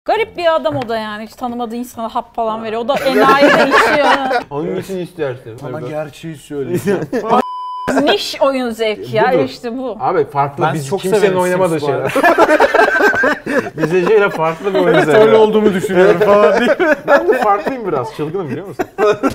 Garip bir adam o da yani. Hiç tanımadığı insana hap falan veriyor. O da enayide içiyor. Onun için istersin. Ama gerçeği söyle. Niş oyun zevki ya işte bu. Abi farklı Ben biz çok kimsenin severim oynamadığı Sims bu şeyler. Bize şeyle farklı bir oyun zevki. Öyle olduğumu düşünüyorum falan diye. Ben de farklıyım biraz. Çılgınım biliyor musun?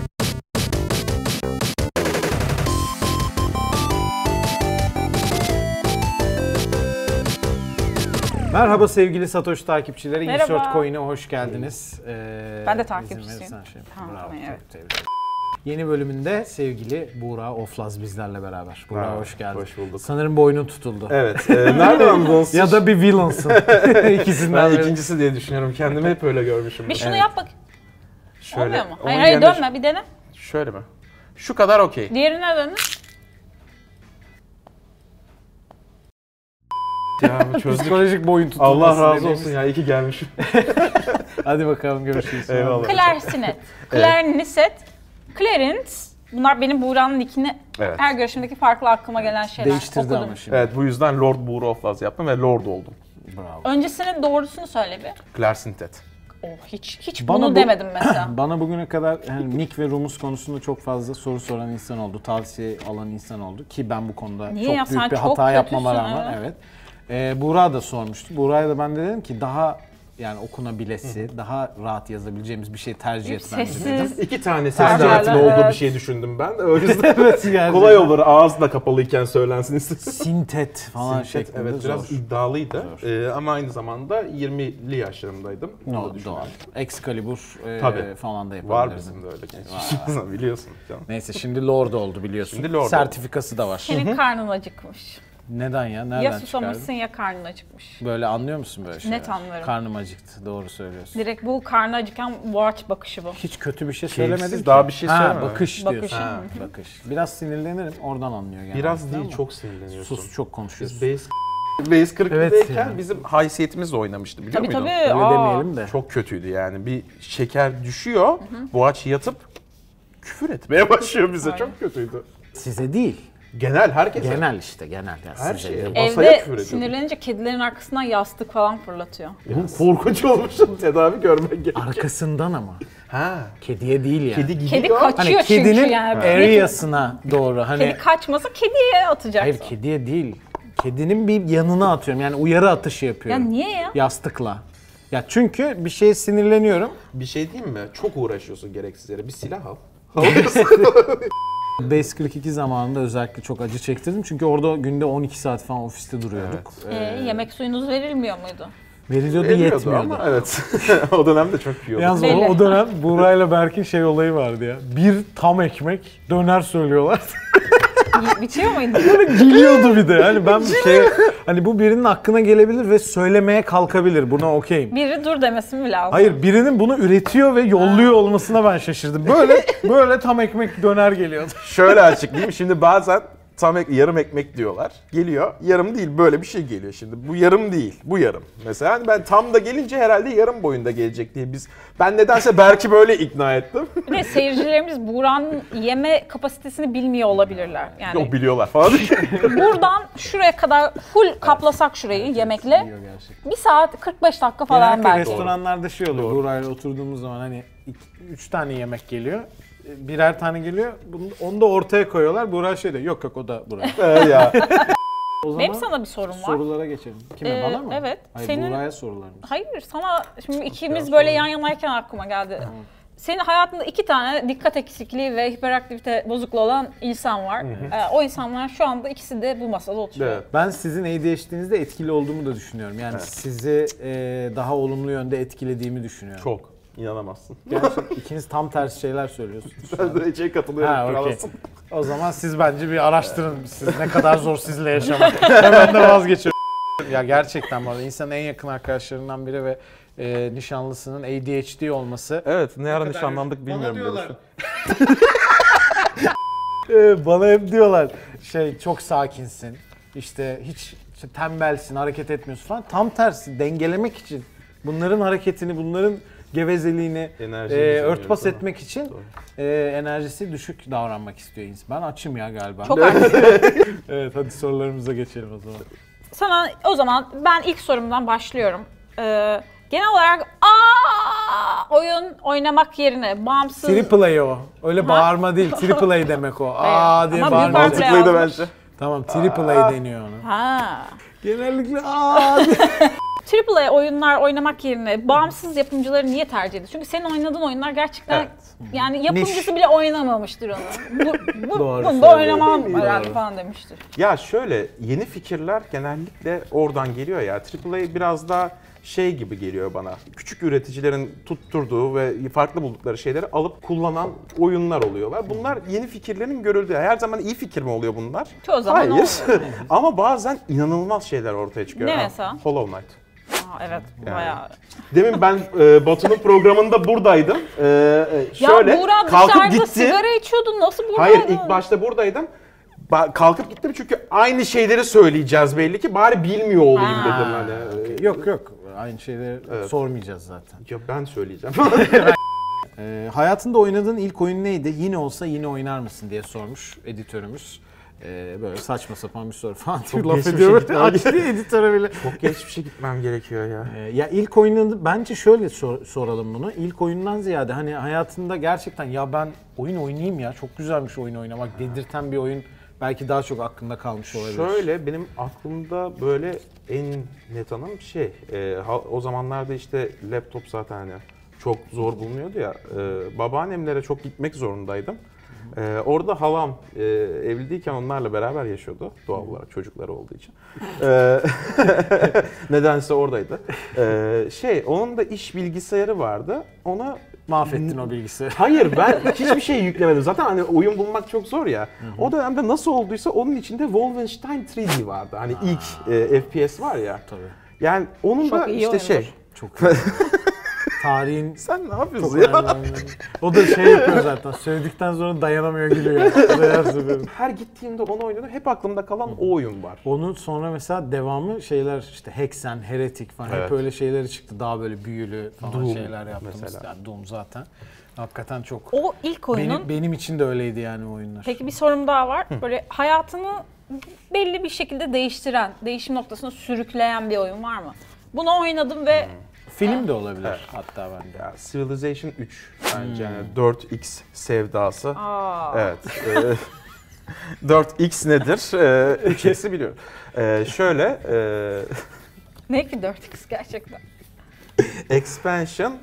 Merhaba sevgili Satoshi takipçileri. Merhaba. Insert Coin'e hoş geldiniz. Ben de izin takipçisiyim. verirsen şey. Tamam, Bravo, evet. çok tebrik ederim. Yeni bölümünde sevgili Buğra Oflaz bizlerle beraber. Buğra Merhaba, hoş geldin. hoş bulduk. Sanırım boynun tutuldu. Evet. Nereden anladınız? Ya da bir villansın. İkisinden Ben biri. ikincisi diye düşünüyorum. Kendimi hep öyle görmüşüm. Bir şunu Evet. yap bak. Şöyle. Olmuyor mu? Onun Hayır yerine dönme bir dene. Şöyle mi? Şu kadar okey. Diğerine dön. Ya bu çözdük. Psikolojik boyun tutulması. Allah razı dediğimiz. olsun ya. İyi ki gelmişim. Hadi bakalım görüşürüz. Eyvallah. Klarsinet, Klarniset, Clarence. Bunlar benim Buğra'nın nickini Evet. her görüşümdeki farklı aklıma gelen şeyler. Değiştirdi Okudum. ama şimdi. Evet bu yüzden Lord Buğra Oflaz yaptım ve Lord oldum. Bravo. Öncesinin doğrusunu söyle bir. Klarsintet. Oh, hiç Bana bunu bu- demedim mesela. Bana bugüne kadar yani Nick ve Rumus konusunda çok fazla soru soran insan oldu, tavsiye alan insan oldu ki ben bu konuda Niye çok ya? büyük Sen bir çok hata yapmama kötüsün, rağmen evet. Buğra da sormuştu. Buğra'ya da ben de dedim ki daha yani okunabilesi, daha rahat yazabileceğimiz bir şey tercih et bence dedim. Sessiz. İki tane ses Tercihler, yönetimi olduğu evet. bir şey düşündüm ben. O yüzden Evet yani. kolay olur ağız da kapalıyken söylensin istedim. Sintet falan şeklinde Evet biraz zor. iddialıydı ama aynı zamanda 20'li yaşlarımdaydım. Onu da No, düşünüyorum. doğal. Excalibur Tabii. falan da Var yapabilirdin. bizim de öyle genç. Biliyorsun canım. Neyse şimdi Lord oldu biliyorsun. Şimdi Lord Sertifikası da var. Senin karnın acıkmış. Neden ya? Nereden Ya çıkardın? susamışsın ya karnın acıkmış. Böyle anlıyor musun böyle şeyler? Net anlarım. Karnım acıktı. Doğru söylüyorsun. Direkt bu karnı acıkan boğaç bakışı bu. Hiç kötü bir şey Keyifsiz, söylemedim ki. daha bir şey söylemedim. Bakış Bakış, diyorsun. ha. Bakış. Biraz sinirlenirim oradan anlıyor genelde. Biraz değil ama çok sinirleniyorsun. Sus çok konuşuyorsun. Base 40'dayken Evet yani. bizim haysiyetimizle oynamıştı biliyor Tabii muydun? tabii. Öyle Aa. demeyelim de. Çok kötüydü yani. Bir şeker düşüyor, boğaç yatıp küfür etmeye başlıyor bize. Aynen. Çok kötüydü. Size değil. Genel, herkese. Genel işte genel. Yani Her size şeye. değil. Masaya Evde küfür ediyordu. sinirlenince kedilerin arkasından yastık falan fırlatıyor. Oğlum korkunç olmuşum tedavi görmek gerekiyor. Arkasından ama. Ha. Kediye değil yani. Kedi gidiyor. Kedi kaçıyor Hani çünkü kedinin yani. areasına doğru. Hani Kedi kaçmasa kediye atacaksın. hayır kediye değil. Kedinin bir yanına atıyorum. Yani uyarı atışı Ya yapıyorum. niye ya? Yastıkla. Ya çünkü bir şeye sinirleniyorum. Bir şey diyeyim mi? Çok uğraşıyorsun gereksiz yere. Bir silah al. Base 42 zamanında özellikle çok acı çektirdim. Çünkü orada günde 12 saat falan ofiste duruyorduk. Yemek suyunuz verilmiyor muydu? Veriliyordu, Veriyordu yetmiyordu. ama evet. O dönemde çok iyi oldu. Yalnız Belli. o dönem Buğra'yla Berk'in şey olayı vardı ya. Bir tam ekmek döner söylüyorlar. Bitiyor muydu? Geliyordu bir de. Hani ben bir şey hani bu birinin aklına gelebilir ve söylemeye kalkabilir. Buna okeyim. Biri dur demesi mi lazım? Hayır birinin bunu üretiyor ve yolluyor olmasına ben şaşırdım. Böyle tam ekmek döner geliyordu. Şöyle açıklayayım. Şimdi bazen yarım ekmek diyorlar. Geliyor. Yarım değil. Böyle bir şey geliyor şimdi. Bu yarım değil. Bu yarım. Mesela hani ben tam da gelince herhalde yarım boyunda gelecek diye ben nedense Berk'i böyle ikna ettim. Bir de seyircilerimiz Buğra'nın yeme kapasitesini bilmiyor olabilirler. Yani Yok biliyorlar falan. buradan şuraya kadar full kaplasak şurayı yemekle Gerçekten. 1 saat 45 dakika falan Genellikle belki. restoranlarda şey oluyor. Buğra'yla oturduğumuz zaman hani 3 tane yemek geliyor. Birer tane geliyor. Onu da ortaya koyuyorlar. Buğra şey diyor. Yok o da buraya. ya. O zaman Benim sana bir sorum var. sorulara geçelim. Kime bana mı? Evet. Hayır Senin- Buğra'ya sorular mı? Hayır sana şimdi ikimiz böyle yan yanayken aklıma geldi. Senin hayatında 2 tane dikkat eksikliği ve hiperaktivite bozukluğu olan insan var. O insanlar şu anda ikisi de bu masada oturuyor. Evet. Ben sizin ADHD'nizde etkili olduğumu da düşünüyorum. Yani sizi daha olumlu yönde etkilediğimi düşünüyorum. Çok. İnanamazsın. Gerçekten ikiniz tam tersi şeyler söylüyorsunuz. Ben de Ece'ye katılıyorum. Ha, okey. kralsın. O zaman siz bence bir araştırın. Siz ne kadar zor sizle yaşamak. Hemen de vazgeçiyorum. Ya gerçekten bu arada insanın en yakın arkadaşlarından biri ve nişanlısının ADHD olması. Evet ne ara nişanlandık bilmiyorum. Diyorlar. Bana hep diyorlar çok sakinsin. İşte hiç tembelsin, hareket etmiyorsun falan. Tam tersi dengelemek için bunların hareketini, bunların gevezeliğini örtbas değil mi? etmek için enerjisi düşük davranmak istiyor insan. Ben açım ya galiba. Çok aktif. Evet hadi sorularımıza geçelim o zaman. Sana o zaman ben ilk sorumdan başlıyorum. Genel olarak oyun oynamak yerine bağımsız... Triple A o. Öyle bağırma değil. Triple A demek o. Aa diye Ama büyük bağırma. harfle Mantıklıydı yazmış. bence. Tamam, Triple A deniyor ona. Ha. Genellikle aa diye. AAA oyunlar oynamak yerine bağımsız yapımcıları niye tercih ediyor? Çünkü senin oynadığın oyunlar gerçekten Evet. yani yapımcısı bile oynamamıştır onu. Doğru Bunda oynamam söylüyorsun. herhalde Doğru. falan demiştir. Ya şöyle, yeni fikirler genellikle oradan geliyor ya. AAA biraz daha şey gibi geliyor bana. Küçük üreticilerin tutturduğu ve farklı buldukları şeyleri alıp kullanan oyunlar oluyorlar. Bunlar yeni fikirlerin görüldüğü. Her zaman iyi fikir mi oluyor bunlar? Çoğu zaman Hayır. olmuyor. Ama bazen inanılmaz şeyler ortaya çıkıyor. Ne Ha, mesela? Hollow Knight. Evet, Yani. bayağı. Demin ben Batu'nun programında buradaydım. Şöyle Ya Buğra kalkıp dışarıda gitti. sigara içiyordun, nasıl burada? Hayır, ilk başta buradaydım. Kalkıp gittim çünkü aynı şeyleri söyleyeceğiz belli ki. Bari bilmiyor olayım Ha. dedim hani. Yok. Aynı şeyleri sormayacağız zaten. Ya ben söyleyeceğim. Hayatında oynadığın ilk oyun neydi? Yine olsa yine oynar mısın diye sormuş editörümüz. Böyle saçma sapan bir soru falan diye laf geçmişe ediyor. gitmem Açtı editöre bile. Çok geçmişe gitmem gerekiyor ya. Ya ilk oyunun bence şöyle soralım bunu. İlk oyundan ziyade hani hayatında gerçekten ya ben oyun oynayayım ya çok güzelmiş oyun oynamak dedirten bir oyun belki daha çok aklında kalmış olabilir. Şöyle benim aklımda böyle en net anım şey. O zamanlarda işte laptop zaten hani çok zor bulunuyordu ya. Babaannemlere çok gitmek zorundaydım. Orada halam evli değilken onlarla beraber yaşıyordu doğal olarak çocukları olduğu için. Nedense oradaydı. Onun da iş bilgisayarı vardı. Ona Mahvettin o bilgisayarı. hayır ben hiçbir şey yüklemedim. Zaten hani oyun bulmak çok zor ya. O dönemde nasıl olduysa onun içinde Wolfenstein 3D vardı. Hani ilk FPS var ya. Tabii. Yani onun Çok da iyi işte oyundur. şey. Çok iyi. Tarihin Sen ne çok yapıyorsun önemli ya? oyunları. O da şey yapıyor zaten. Söyledikten sonra dayanamıyor gülüyor. Her seferinde. Her gittiğimde onu oynuyordum. Hep aklımda kalan o oyun var. Onun sonra mesela devamı şeyler işte Hexen, Heretic falan Evet. hep öyle şeyleri çıktı. Daha böyle büyülü falan Doom şeyler yaptığımız. mesela. Yani Doom zaten. Hakikaten çok. O ilk oyunun... Benim için de öyleydi yani o oyunlar. Peki bir sorum daha var. Böyle hayatını belli bir şekilde değiştiren, değişim noktasına sürükleyen bir oyun var mı? Bunu oynadım ve Film de olabilir Evet. hatta bende. Ya Civilization 3 bence yani 4X sevdası. aa, Evet. 4X nedir? 3X'i biliyorum. Şöyle ne ki 4X gerçekten? expansion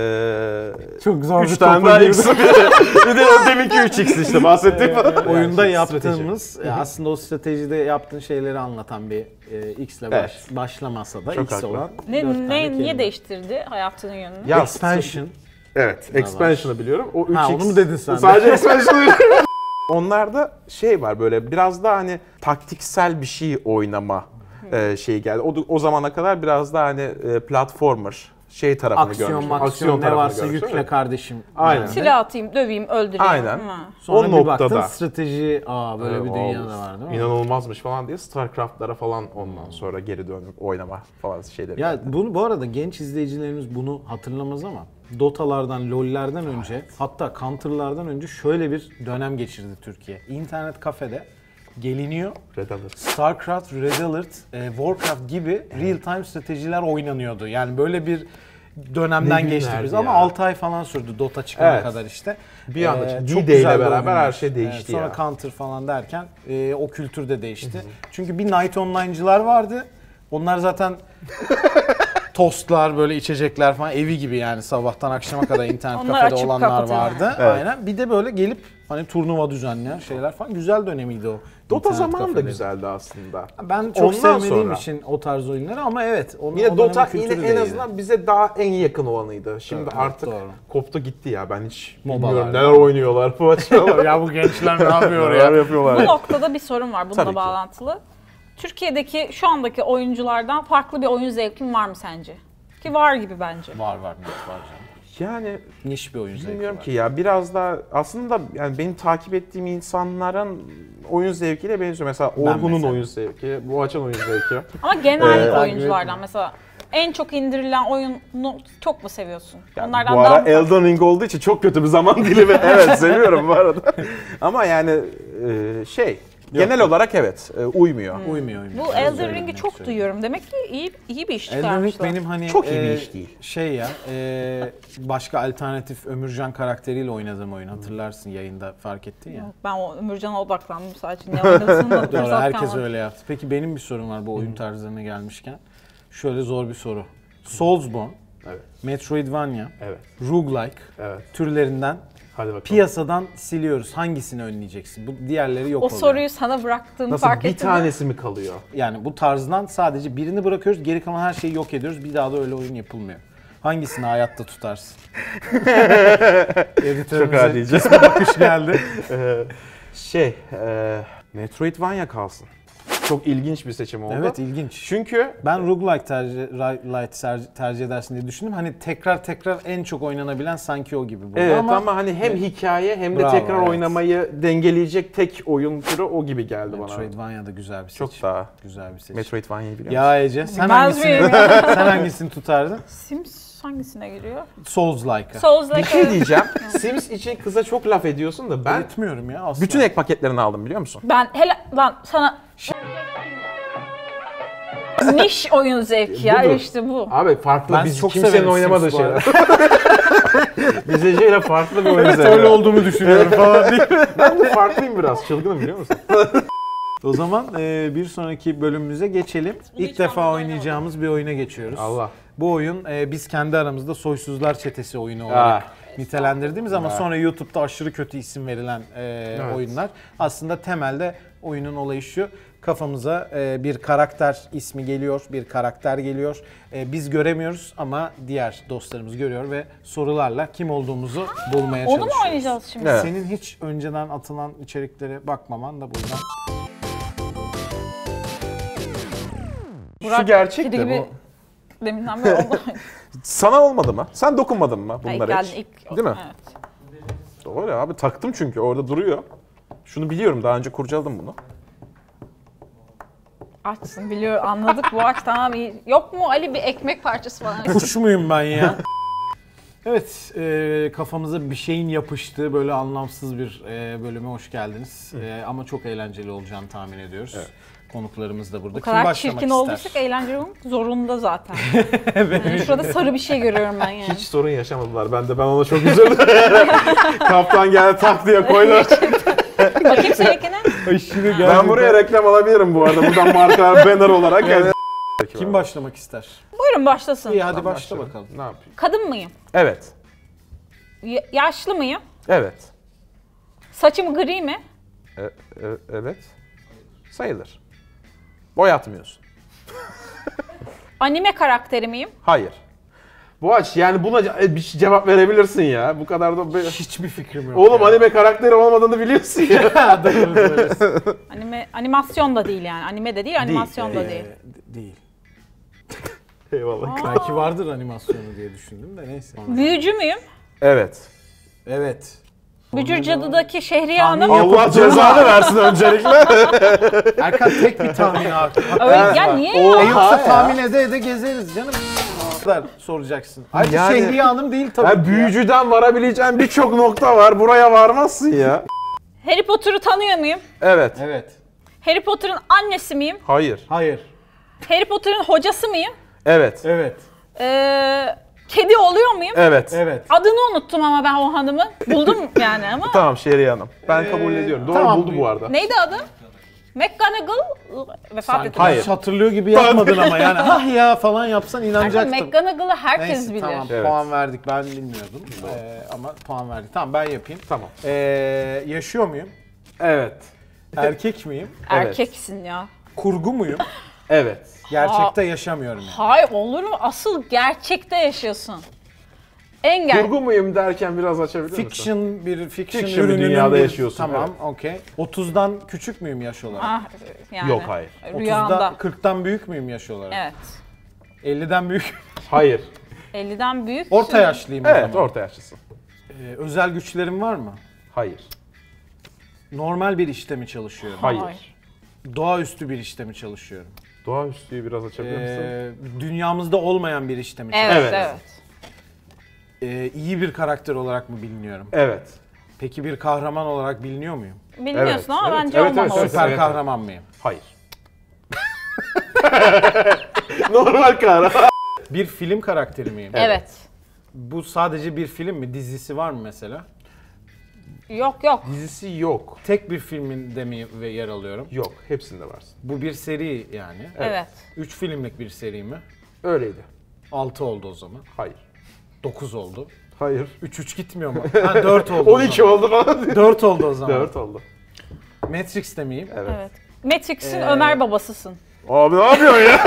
Çok zor 3 bir tane topa daha girdi. X. Bir de o deminki 3X işte bahsettiğim. Oyunda Yani yaptığımız aslında o stratejide yaptığın şeyleri anlatan bir X ile Evet. başlamasa da Çok X haklı. olan dört tane Niye kelime. değiştirdi hayatının yönünü? Ya, Expansion. Evet, expansion'ı biliyorum. O 3X. Ha, onu mu dedin sen de? Sadece expansion'ı biliyorum. Onlarda şey var böyle biraz daha hani taktiksel bir şey oynama şeyi geldi. O zamana kadar biraz daha hani platformer şey tarafını görmüştüm. Aksiyon ne tarafını varsa görmüştüm, yükle evet. kardeşim. Aynen. Yani. Silah atayım, döveyim, öldüreyim. Aynen. Ha. Sonra O bir baktın noktada. strateji böyle bir dünya da var değil mi? İnanılmazmış falan diye StarCraft'lara falan ondan sonra geri dönüp oynama falan şeyleri. Ya geldi. bu arada genç izleyicilerimiz bunu hatırlamaz ama Dota'lardan, LoL'lerden önce hatta Counter'lardan önce şöyle bir dönem geçirdi Türkiye. İnternet kafede geliniyor. Red Alert. StarCraft, Red Alert, Warcraft gibi real-time stratejiler oynanıyordu. Yani böyle bir dönemden Ne geçtik biz günlerdi ama ya. 6 ay falan sürdü Dota çıkana Evet. kadar işte. Bir anda Çok D-Day ile güzel bir beraber oyunlar. her şey değişti Sonra ya. Counter falan derken o kültür de değişti. Çünkü bir Night Online'cılar vardı. Onlar zaten tostlar, böyle içecekler falan evi gibi yani sabahtan akşama kadar internet Onlar kafede açıp olanlar kapatıyorlar. vardı. Evet. Aynen. Bir de böyle gelip hani turnuva düzenleyen şeyler falan güzel dönemiydi o. Dota internet zamanı da kafelerin. güzeldi aslında. Ben çok Ondan sevmediğim sonra. için o tarz oyunları ama evet. O Yine Dota dönemin yine kültürü en de iyiydi. azından bize daha en yakın olanıydı. Şimdi Evet, artık doğru. koptu gitti ya. Ben hiç Mobalar. bilmiyorum neler oynuyorlar bu açıdan. Ya bu gençler ne yapıyor Neler ya? yapıyorlar. Bu noktada bir sorun var bununla Tabii ki. bağlantılı. Türkiye'deki şu andaki oyunculardan farklı bir oyun zevkin var mı sence? Ki var gibi bence. Var net var canım. Yani Niş bir oyun zevki bilmiyorum var. ki ya biraz daha aslında yani benim takip ettiğim insanların oyun zevkiyle benziyor. Mesela Orhun'un mesela. oyun zevki, Boğaç'ın oyun zevki. Ama genel Takip oyunculardan mesela en çok indirilen oyunu çok mu seviyorsun? Yani Onlardan bu daha ara mı Elden Ring olduğu için çok kötü bir zaman dilimi. Evet seviyorum bu arada. Ama yani Genel olarak evet, uymuyor. Uymuyor. Bu Elden Ring'i çok duyuyorum. Demek ki iyi bir iş Elden çıkarmışlar. Ring benim hani Çok iyi bir iş değil. Şey ya, başka alternatif Ömürcan karakteriyle oynadığım oyun, hatırlarsın, yayında fark ettin ya. Ben o Ömürcan'a odaklandım sadece. Ne oynadığını da Doğru, fırsat herkes kalmadı. öyle yaptı. Peki benim bir sorum var bu oyun tarzlarına gelmişken. Şöyle zor bir soru. Soulsborne, Evet. Metroidvania, Evet. roguelike Evet. türlerinden Hadi bakalım. piyasadan siliyoruz. Hangisini önleyeceksin? Bu diğerleri yok O oluyor. soruyu sana bıraktığını Nasıl fark bir ettin mi? tanesi mi kalıyor? Yani bu tarzdan sadece birini bırakıyoruz, geri kalan her şeyi yok ediyoruz. Bir daha da öyle oyun yapılmıyor. Hangisini hayatta tutarsın? Çok adice. Editörümüze bakış geldi. Metroidvania kalsın. Çok ilginç bir seçim oldu. Evet, ilginç. Çünkü Ben roguelike tercih edersin diye düşündüm. Hani tekrar en çok oynanabilen sanki o gibi burada evet ama hani hem hikaye hem de Bravo, tekrar evet. oynamayı dengeleyecek tek oyun türü o gibi geldi bana. Metroidvania da güzel bir seçim. Çok daha. Güzel bir seçim. Metroidvania'yı biliyor musun? Ya Ece, sen Bilmez miyim hangisini, sen hangisini tutardın? Sims hangisine giriyor? Souls-like'a. Souls-like. Bir şey diyeceğim. Sims için kıza çok laf ediyorsun da ben Etmiyorum ya asla. bütün ek paketlerini aldım biliyor musun? Ben lan sana niş oyun zevki ya Budur. işte bu. Abi farklı Ben biz çok kimsenin severim oynamadığı Sims bu arada. şeyler. Biz Ece'yle farklı bir oyun Evet, öyle olduğumu düşünüyorum falan diye. Ben de farklıyım biraz. Çılgınım biliyor musun? O zaman bir sonraki bölümümüze geçelim. İlk defa oynayacağımız bir oyuna geçiyoruz. Allah. Bu oyun biz kendi aramızda Soysuzlar Çetesi oyunu olarak nitelendirdiğimiz ama sonra YouTube'da aşırı kötü isim verilen oyunlar. Aslında temelde oyunun olayı şu. Kafamıza bir karakter ismi geliyor, bir karakter geliyor. Biz göremiyoruz ama diğer dostlarımız görüyor ve sorularla kim olduğumuzu bulmaya Onu çalışıyoruz. mu oynayacağız şimdi? Evet. Senin hiç önceden atılan içeriklere bakmaman da buradan. Şu gerçek kedi de gibi bu. deminden beri oldu. Sana olmadı mı? Sen dokunmadın mı Ay, bunlara geldin hiç? ilk. Değil mi? Evet. Doğru abi taktım çünkü orada duruyor. Şunu biliyorum daha önce kurcaladım bunu. Açsın biliyor anladık bu aç tamam iyi. Yok mu Ali bir ekmek parçası falan? Kuş muyum ben ya? Evet, kafamıza bir şeyin yapıştığı böyle anlamsız bir bölüme hoş geldiniz. Ama çok eğlenceli olacağını tahmin ediyoruz. Evet. Konuklarımız da burada. Bu Kim kadar başlamak çirkin ister? olduysak eğlenceli olmak zorunda zaten. Yani şurada sarı bir şey görüyorum ben yani. Hiç sorun yaşamadılar. Ben ona çok üzüldüm. Kaptan geldi tak diye koydu. Bakayım seninkine. Aşırı Ben buraya reklam alabilirim bu arada. Buradan marka banner olarak. Yani. Kim başlamak ister? Buyurun başlasın. İyi hadi başla bakalım. Ne yapayım? Kadın mıyım? Evet. Yaşlı mıyım? Evet. Saçım gri mi? Evet. Sayılır. Boyatmıyorsun. Anime karakteri miyim? Hayır. Boğaç yani buna bir cevap verebilirsin ya. Bu kadar da... Hiçbir fikrim yok. Oğlum ya. anime karakteri olmadığını biliyorsun ya. Doğru söylüyorsun. Animasyon da değil yani. Anime de değil, animasyon da değil. Değil. Eyvallah. Belki vardır animasyonu diye düşündüm de neyse. Büyücü müyüm? Evet. Evet. Bücür Cadı'daki Şehriye Tahmin Hanım. yap- Allah Yapıp cezanı versin öncelikle. Erkan tek bir tahmin abi. Öyle, ya niye ya? Yoksa ya. tahmin ede gezeriz canım. Soracaksın. Ayrıca Yani- Şehriye Hanım değil tabii Ya ki ya. büyücüden varabileceğin birçok nokta var. Buraya varmazsın ya. Harry Potter'ı tanıyor muyum? Evet. Evet. Harry Potter'ın annesi miyim? Hayır. Hayır. Harry Potter'ın hocası mıyım? Evet. Evet. Kedi oluyor muyum? Evet. Evet. Adını unuttum ama ben o hanımı. Buldum yani ama. Tamam Şehriye Hanım. Ben kabul ediyorum. Doğru tamam. buldu bu arada. Neydi adı? McGonagall vefat Sanki etti. Hayır. hiç hatırlıyor gibi yapmadın ama yani. Ah ya falan yapsan Arkadaşlar inanacaktım. McGonagall'ı herkes Neyse bilir. tamam Evet. puan verdik ben bilmiyordum. Ama puan verdik. Tamam ben yapayım. Tamam. Yaşıyor muyum? Evet. Erkek miyim? Erkeksin ya. Kurgu muyum? Evet. Gerçekte yaşamıyorum yani. Hayır olur mu? Asıl gerçekte yaşıyorsun. Engel. Kurgu muyum derken biraz açabilir misin? Fiction bir fiction Fiction bir ürününün dünyada yaşıyorsun, Tamam, okey. 30'dan küçük müyüm yaş olarak? Ah, yani. Yok, hayır. 30'da Rüyanda. 40'tan büyük müyüm yaş olarak? Evet. 50'den büyük. Hayır. 50'den büyük. Orta yaşlıyım o Evet, zaman. orta yaşlısın. Özel güçlerim var mı? Hayır. Normal bir işte mi çalışıyorum? Hayır. Hayır. Doğaüstü bir işte mi çalışıyorum? Doğaüstüyü biraz açabilir misin? Dünyamızda olmayan bir işte mi Evet, çalışıyorum? evet. Evet. İyi bir karakter olarak mı biliniyorum? Evet. Peki bir kahraman olarak biliniyor muyum? Bilmiyorsun Evet, ama evet, bence evet, olmamalı. evet. Süper kahraman mıyım? Hayır. Normal kahraman. Bir film karakteri miyim? Evet. Bu sadece bir film mi? Dizisi var mı mesela? Yok. Dizisi yok. Tek bir filminde mi ve yer alıyorum? Yok. Hepsinde varsın. Bu bir seri yani. Evet. 3 filmlik bir seri mi? Öyleydi. 6 oldu o zaman. Hayır. 9 oldu. Hayır. 3 gitmiyor mu? Ha 4 oldu. 12 oldu falan. 4 oldu o zaman. 4 oldu. Matrix'te miyim? Evet. Matrix'in Ömer babasısın. Abi ne yapıyorsun ya?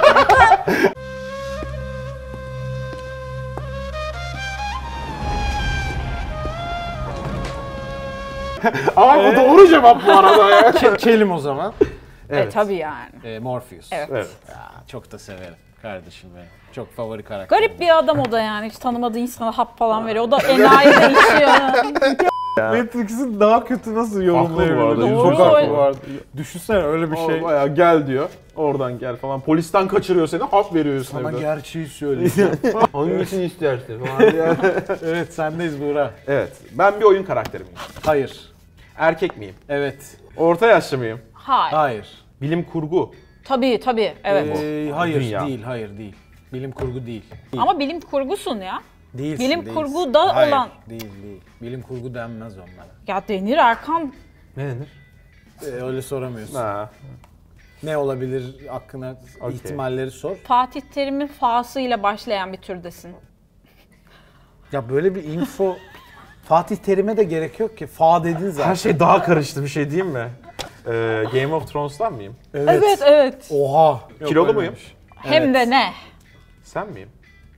Ama bu doğru cevap bu arada ya. Kelim o zaman. Evet. Tabii yani. Morpheus. Evet. Evet. Ya, çok da severim kardeşim benim. Çok favori karakter. Garip bir adam o da yani. Hiç tanımadığı insana hap falan veriyor. O da enayi de içiyor. Matrix'in daha kötü nasıl yorumlayabilirim? Haklı bu arada, Doğru. Çok haklı bu arada. Düşünsene öyle bir şey. Bayağı gel diyor. Oradan gel falan. Polisten kaçırıyor seni. Hap veriyor üstüne. Sana bir de. gerçeği söyleyeceğim. Hangisini istersin falan diye. Evet sendeyiz Buğra. Evet. Ben bir oyun karakteri miyim? Hayır. Erkek miyim? Evet. Orta yaşlı mıyım? Hayır. Hayır. Bilim kurgu. Tabii. Evet. Hayır Dünya. değil, hayır değil. Bilim kurgu değil. Ama bilim kurgusun ya. Değilsin, bilim değilsin. kurguda Hayır, olan- Değil. Bilim kurgu denmez onlara. Ya denir Erkan. Ne denir? Öyle soramıyorsun. Ha. Ne olabilir hakkında ihtimalleri sor. Fatih Terim'in fa'sıyla başlayan bir türdesin. Ya böyle bir info Fatih Terim'e de gerek yok ki. Fa dedin zaten. Her şey daha karıştı, bir şey diyeyim mi? Game of Thrones'tan mıyım? Evet. Oha. Yok, Kilolu muyum? ölmemiş. Hem de ne? Sen miyim?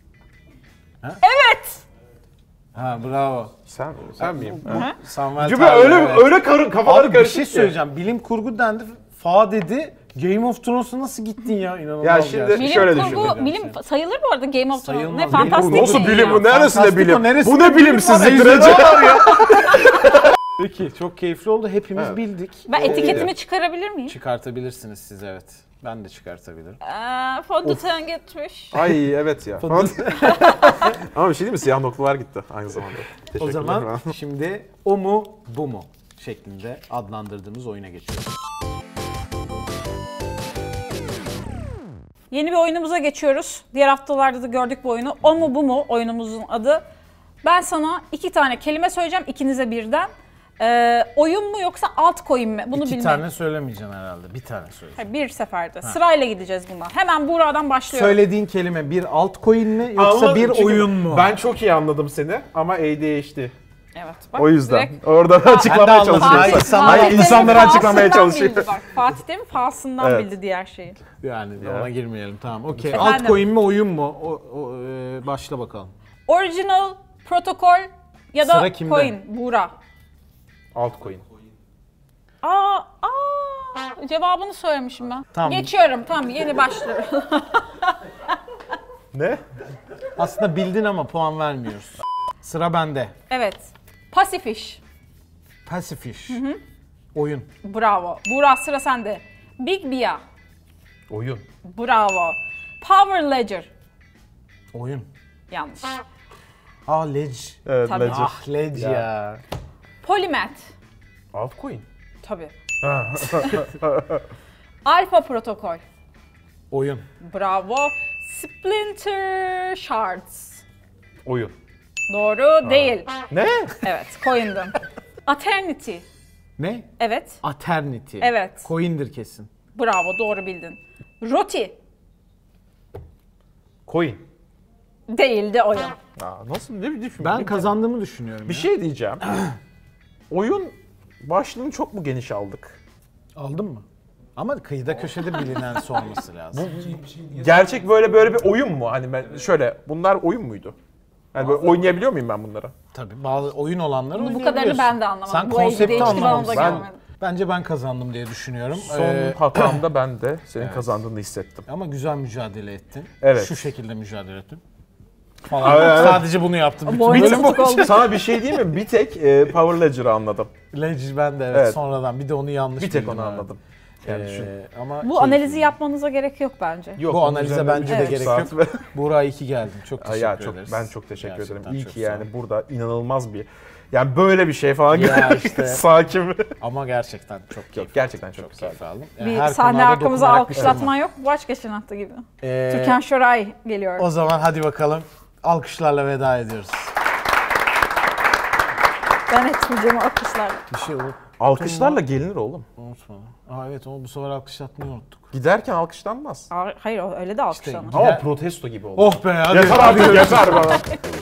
Ha bravo. Sen miyim? Ha? Samuel Çünkü Tyler, öyle evet. öyle kafaları Abi bir karışık şey ki. söyleyeceğim. Bilim kurgu dendi. Fa dedi. Game of Thrones'a nasıl gittin ya? İnanılmaz Ya şimdi- gerçekten. Bilim Şöyle kurgu, düşüneceğim bilim sayılır bu arada Game of Thrones. Sayılmaz. Ne Bilim fantastik kurgu Nasıl şey bilim ya. bu? Neresinde Fantastik bilim? o, neresinde Bu ne bilim bilim var? sizi Ejderha direce? var ya. Peki çok keyifli oldu. Hepimiz Evet. bildik. Ben etiketimi çıkarabilir miyim? Çıkartabilirsiniz siz evet. Ben de çıkartabilirim. Fondöten gitmiş. Ay evet ya. Ama bir şey değil mi? Siyah noktalar gitti aynı zamanda. O Teşekkürler. zaman şimdi o mu bu mu şeklinde adlandırdığımız oyuna geçiyoruz. Yeni bir oyunumuza geçiyoruz. Diğer haftalarda da gördük bu oyunu. O mu bu mu oyunumuzun adı. Ben sana 2 tane kelime söyleyeceğim ikinize birden. Oyun mu yoksa altcoin mi? Bunu İki bilmem. tane söylemeyeceğim herhalde. Bir tane söyleyeceğim. Hayır, bir seferde. Sırayla gideceğiz bundan. Hemen Buğra'dan başlıyorum. Söylediğin kelime bir altcoin mi yoksa Anladım, bir çünkü oyun mu? Ben çok iyi anladım seni ama ADHD. Evet. Bak, O yüzden. direkt Oradan açıklamaya anladım. çalışıyorum. Hayır, Fatih Terim'in insanlara açıklamaya fa'sından çalışıyor. bildi bak. Fatih Terim fa'sından Evet. bildi diğer şeyi. Yani ona girmeyelim tamam. Okey. Efendim? Altcoin mi oyun mu? Başla bakalım. Original, protokol ya da Sıra kimde? coin. Buğra. Altcoin. Cevabını söylemişim ben. Tamam. Geçiyorum. Tamam, yeni başlıyorum. Ne? Aslında bildin ama puan vermiyoruz. Sıra bende. Evet. Pacifish. Pacifish. Oyun. Bravo. Buğra, sıra sende. Big Bia. Oyun. Bravo. Power Ledger. Oyun. Yanlış. Ledge. Evet, Tabii. Ledger. Ledge ya. Polymath. Altcoin. Tabii. Alpha Protokol. Oyun. Bravo. Splinter Shards. Oyun. Doğru değil. Ne? Evet, coin'dim. Eternity. Ne? Evet. Aternity. Evet. Coin'dir kesin. Bravo, doğru bildin. Roti. Coin. Değildi oyun. Nasıl? Ne bileyim. Ben kazandığımı düşünüyorum Bir ya. şey diyeceğim. Oyun başlığını çok mu geniş aldık? Aldın mı? Ama kıyıda köşede bilinen sorması lazım. Gerçek böyle bir oyun mu? Hani ben şöyle, bunlar oyun muydu? Hani böyle oynayabiliyor muyum ben bunları? Tabii bazı oyun olanları Bu oynayabiliyorsun. kadarını ben de anlamadım. Sen Bu konsepti ADHD bana da anlamamışsın. gelmedi. Bence ben kazandım diye düşünüyorum. Son hatamda ben de senin kazandığını hissettim. Ama güzel mücadele ettin. Evet. Şu şekilde mücadele ettin. Falan. Evet. Sadece bunu yaptım. Bütün Boynu bölüm tutuk boyunca. oldu. Sana bir şey diyeyim mi? Bir tek Power Ledger'ı anladım. Ledge ben de evet, Evet. sonradan bir de onu yanlış Bir tek bildim onu evet. anladım. Yani düşün. Ama Bu analizi yapmanıza gerek yok bence. Yok, bu onun analize üzerine bence de Evet. gerek saat yok. Buğra iyi ki geldin. Çok teşekkür ya ederiz. ben çok teşekkür Gerçekten ederim. İyi çok ki sağ ol. yani burada inanılmaz bir yani böyle bir şey falan Ya işte. sakin. Ama gerçekten çok keyif Gerçekten çok keyif aldım. Bir Her sahne konuda arkamıza dokunarak alkışlatman yok. Baş geçen hafta gibi. Ee, Türkan Şoray geliyor. O zaman hadi bakalım. Alkışlarla veda ediyoruz. Ben etmeyeceğim alkışlarla. Bir şey olur. Alkışlarla gelinir oğlum. Unutma. Evet ama bu sefer alkışlatmayı unuttuk. Giderken alkışlanmaz. Hayır öyle de alkışlanır. İşte- Ama protesto gibi oldu. Oh be hadi. Yeter abi yeter bana.